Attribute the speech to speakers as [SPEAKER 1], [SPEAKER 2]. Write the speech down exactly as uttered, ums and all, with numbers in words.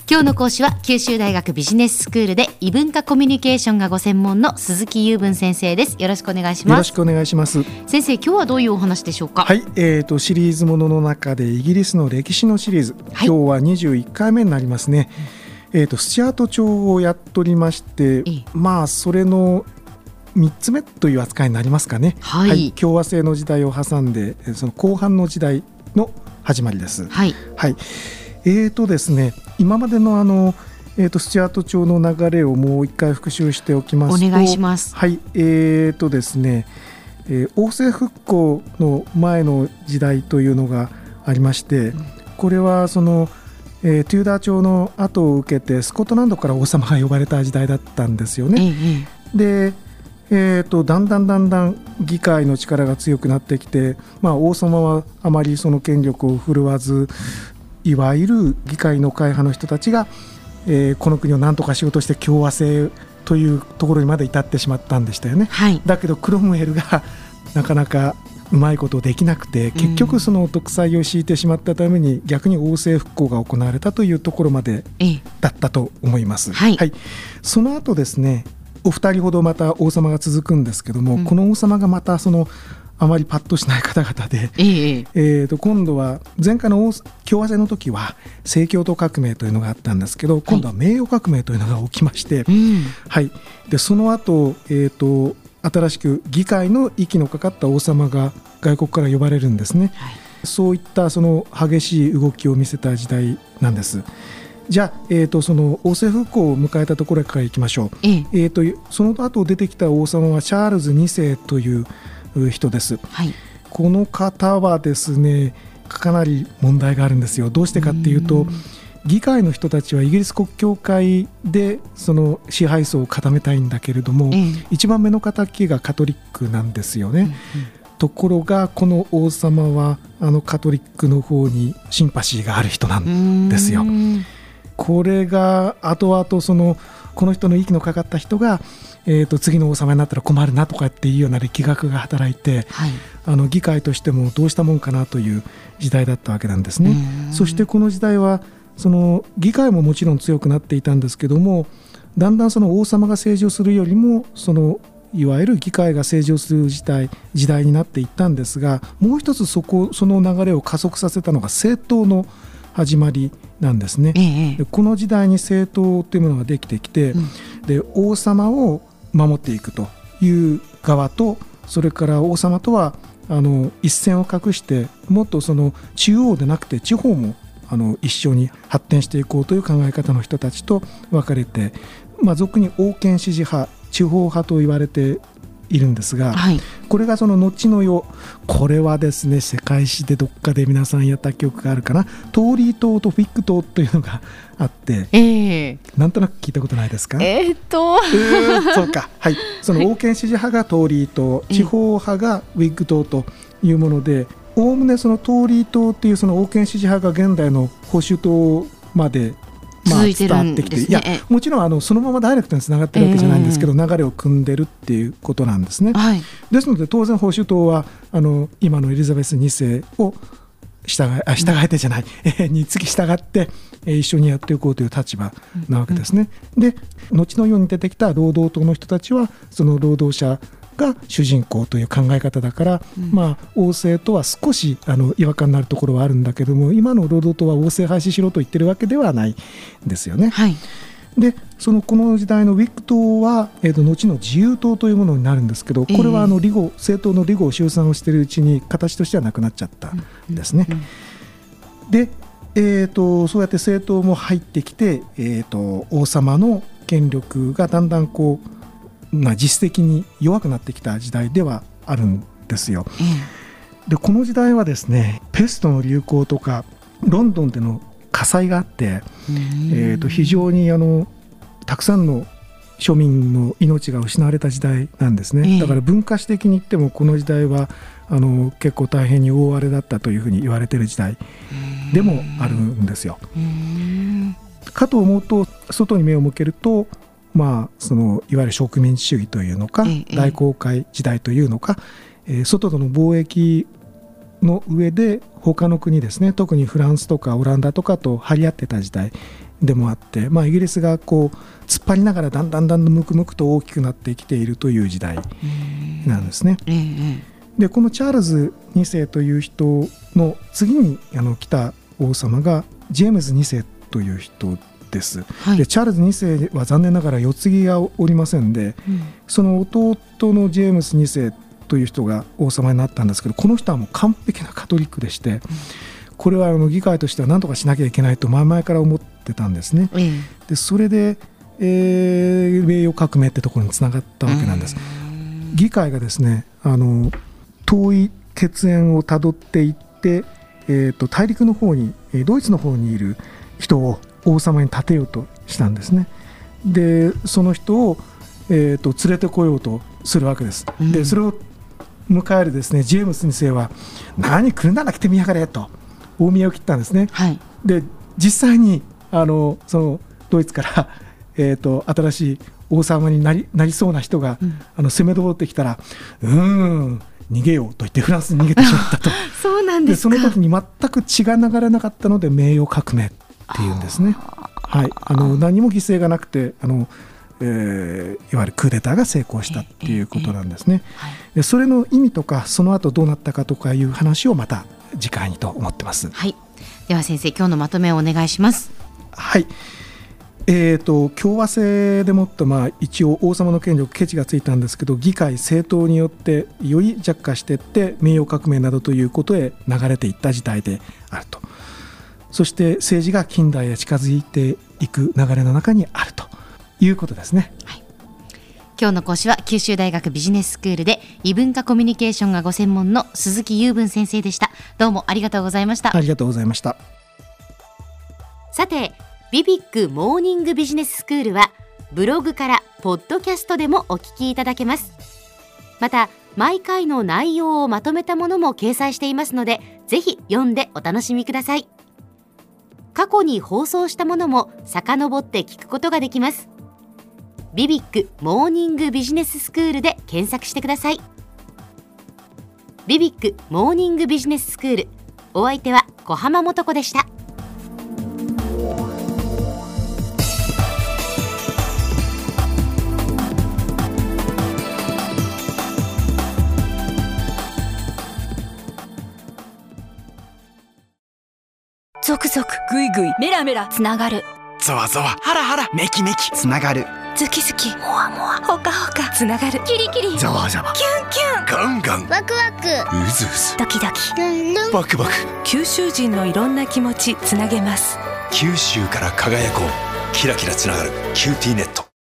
[SPEAKER 1] 今日の講師は九州大学ビジネススクールで異文化コミュニケーションがご専門の鈴木雄文先生です。よろしくお願いします。
[SPEAKER 2] よろしくお願いします。
[SPEAKER 1] 先生、今日はどういうお話でしょうか。
[SPEAKER 2] はい、えーと、シリーズものの中でイギリスの歴史のシリーズ、はい、今日はにじゅういっかいめになりますね。うん、えーと、スチュアート朝をやっておりまして、ええ、まあそれのみっつめという扱いになりますかね。
[SPEAKER 1] はい、はい、
[SPEAKER 2] 共和制の時代を挟んでその後半の時代の始まりです。
[SPEAKER 1] はい、
[SPEAKER 2] はい、えーとですね、今までのあのえー、とスチュアート朝の流れをもう一回復習しておきますと、
[SPEAKER 1] お願いします。
[SPEAKER 2] はい、えーとですね、えー、王政復興の前の時代というのがありまして、うん、これはその、えー、テューダー朝の後を受けてスコットランドから王様が呼ばれた時代だったんですよね。
[SPEAKER 1] うん、
[SPEAKER 2] で、えー、とだんだんだんだん議会の力が強くなってきて、まあ、王様はあまりその権力を振るわず、いわゆる議会の会派の人たちがえー、この国を何とかしようとして共和制というところにまで至ってしまったんでしたよね。
[SPEAKER 1] はい、
[SPEAKER 2] だけどクロムウェルがなかなかうまいことできなくて、結局その独裁を敷いてしまったために逆に王政復興が行われたというところまでだったと思います。
[SPEAKER 1] はい
[SPEAKER 2] はい、その後ですね、お二人ほどまた王様が続くんですけども、うん、この王様がまたそのあまりパッとしない方々で、
[SPEAKER 1] えー
[SPEAKER 2] えー、と今度は前回の共和制の時は正教徒革命というのがあったんですけど、今度は名誉革命というのが起きまして、はいはい、でその後、えー、と新しく議会の息のかかった王様が外国から呼ばれるんですね。はい、そういったその激しい動きを見せた時代なんです。じゃあ、えー、とその王政復興を迎えたところからいきましょう。えーえー、とその後出てきた王様はチャールズにせいという人です。
[SPEAKER 1] はい、
[SPEAKER 2] この方はですね、かなり問題があるんですよ。どうしてかっていうと、議会の人たちはイギリス国教会でその支配層を固めたいんだけれども、えー、一番目の敵がカトリックなんですよね。うんうん、ところがこの王様はあのカトリックの方にシンパシーがある人なんですよ。これが後々そのこの人の息のかかった人がえー、と次の王様になったら困るなとかっていうような力学が働いて、はい、あの議会としてもどうしたもんかなという時代だったわけなんですね。そしてこの時代はその議会ももちろん強くなっていたんですけども、だんだんその王様が政治をするよりもそのいわゆる議会が政治をする時代、時代になっていったんですが、もう一つそこその流れを加速させたのが政党の始まりなんですね。ええ、でこの時代に政党というものができてきて、うん、で王様を守っていくという側と、それから王様とはあの一線を画して、もっとその中央でなくて地方もあの一緒に発展していこうという考え方の人たちと分かれて、まあ、俗に王権支持派、地方派と言われているんですが、はい、これがその後の世、これはですね、世界史でどっかで皆さんやった記憶があるかな。トーリー党とフィック党というのがあって、えー、なんとなく聞いたことないですか。
[SPEAKER 1] えー、っと
[SPEAKER 2] えー、そうか、はい、その王権支持派がトーリー党、地方派がウィッグ党というもので、おおむねそのトーリー党というその王権支持派が現代の保守党までまあ、伝わってきて、いやもちろんあのそのままダイレクトにつながってるわけじゃないんですけど、えー、流れを組んでるっていうことなんですね。はい、ですので当然保守党はあの今のエリザベスにせいを従え、あ、従えてじゃない、うん、につき従って一緒にやっていこうという立場なわけですね。うんうん、で後の世に出てきた労働党の人たちはその労働者が主人公という考え方だから、うん、まあ、王政とは少しあの違和感のあるところはあるんだけども、今の労働党は王政廃止しろと言ってるわけではないんですよね。はい、でそのこの時代のウィッグ党は、えー、と後の自由党というものになるんですけど、これはあの離合、政党の離合集散をしているうちに形としてはなくなっちゃったんですね。うんうんうん、で、えー、とそうやって政党も入ってきて、えー、と王様の権力がだんだんこうまあ、実質的に弱くなってきた時代ではあるんですよ。うん、でこの時代はですね、ペストの流行とかロンドンでの火災があって、えー、と非常にあのたくさんの庶民の命が失われた時代なんですね。だから文化史的に言ってもこの時代はあの結構大変に大荒れだったというふうに言われている時代でもあるんですよ。かと思うと外に目を向けると、まあ、そのいわゆる植民地主義というのか、ええ、大航海時代というのか、えー、外との貿易の上で他の国ですね、特にフランスとかオランダとかと張り合ってた時代でもあって、まあ、イギリスがこう突っ張りながらだんだんだんだんむくむくと大きくなってきているという時代なんですね。でこのチャールズに世という人の次にあの来た王様がジェームズに世という人です、はい、でチャールズに世は残念ながら世継ぎがおりませんで、うん、その弟のジェームズに世という人が王様になったんですけど、この人はもう完璧なカトリックでして、うん、これはあの議会としては何とかしなきゃいけないと前々から思ってたんですね、うん、でそれで、えー、名誉革命ってところにつながったわけなんです、うん、議会がですねあの遠い血縁をたどっていって、えー、と大陸の方にドイツの方にいる人を王様に立てようとしたんですね。でその人を、えー、と連れてこようとするわけです、うん、でそれを迎えるですねジェームズに世は何来るなら来てみやがれと大見得を切ったんですね、はい、で実際にあのそのドイツから、えー、と新しい王様にな り, なりそうな人が、うん、あの攻め通ってきたらうーん逃げようと言ってフランスに逃げてしまったと
[SPEAKER 1] そうなんですか。
[SPEAKER 2] でその時に全く血が流れなかったので名誉革命っていうんですね。はい、あの何も犠牲がなくてあの、えー、いわゆるクーデターが成功したっていうことなんですね、えーえーはい、でそれの意味とかその後どうなったかとかいう話をまた次回にと思ってます、
[SPEAKER 1] はい、では先生今日のまとめをお願いします。
[SPEAKER 2] はい、えー、と共和制でもっと、まあ、一応王様の権力ケチがついたんですけど議会政党によってより弱化していって名誉革命などということへ流れていった時代であると。そして政治が近代へ近づいていく流れの中にあるということですね、はい、
[SPEAKER 1] 今日の講師は九州大学ビジネススクールで異文化コミュニケーションがご専門の鈴木雄文先生でした。どうもありがとうございました。
[SPEAKER 2] ありがとうございました。
[SPEAKER 1] さてビビックモーニングビジネススクールはブログからポッドキャストでもお聞きいただけます。また毎回の内容をまとめたものも掲載していますのでぜひ読んでお楽しみください。過去に放送したものも遡って聞くことができます。ビビックモーニングビジネススクールで検索してください。ビビックモーニングビジネススクール、お相手は小浜もとこでした。
[SPEAKER 3] ゾクゾクグイグイメラメラつながる、
[SPEAKER 4] ゾワゾワハラハラメキメキつながる、
[SPEAKER 3] ズキズキモワモワホカホカつながる、キリキリ
[SPEAKER 4] ザワザワ
[SPEAKER 3] キュンキュン
[SPEAKER 4] ガンガン
[SPEAKER 5] ワクワク
[SPEAKER 4] ウズウズ
[SPEAKER 3] ドキドキ
[SPEAKER 5] ルンルン
[SPEAKER 4] バクバク、
[SPEAKER 3] 九州人のいろんな気持ちつなげます。
[SPEAKER 4] 九州から輝こう、キラキラつながるキューティーネット。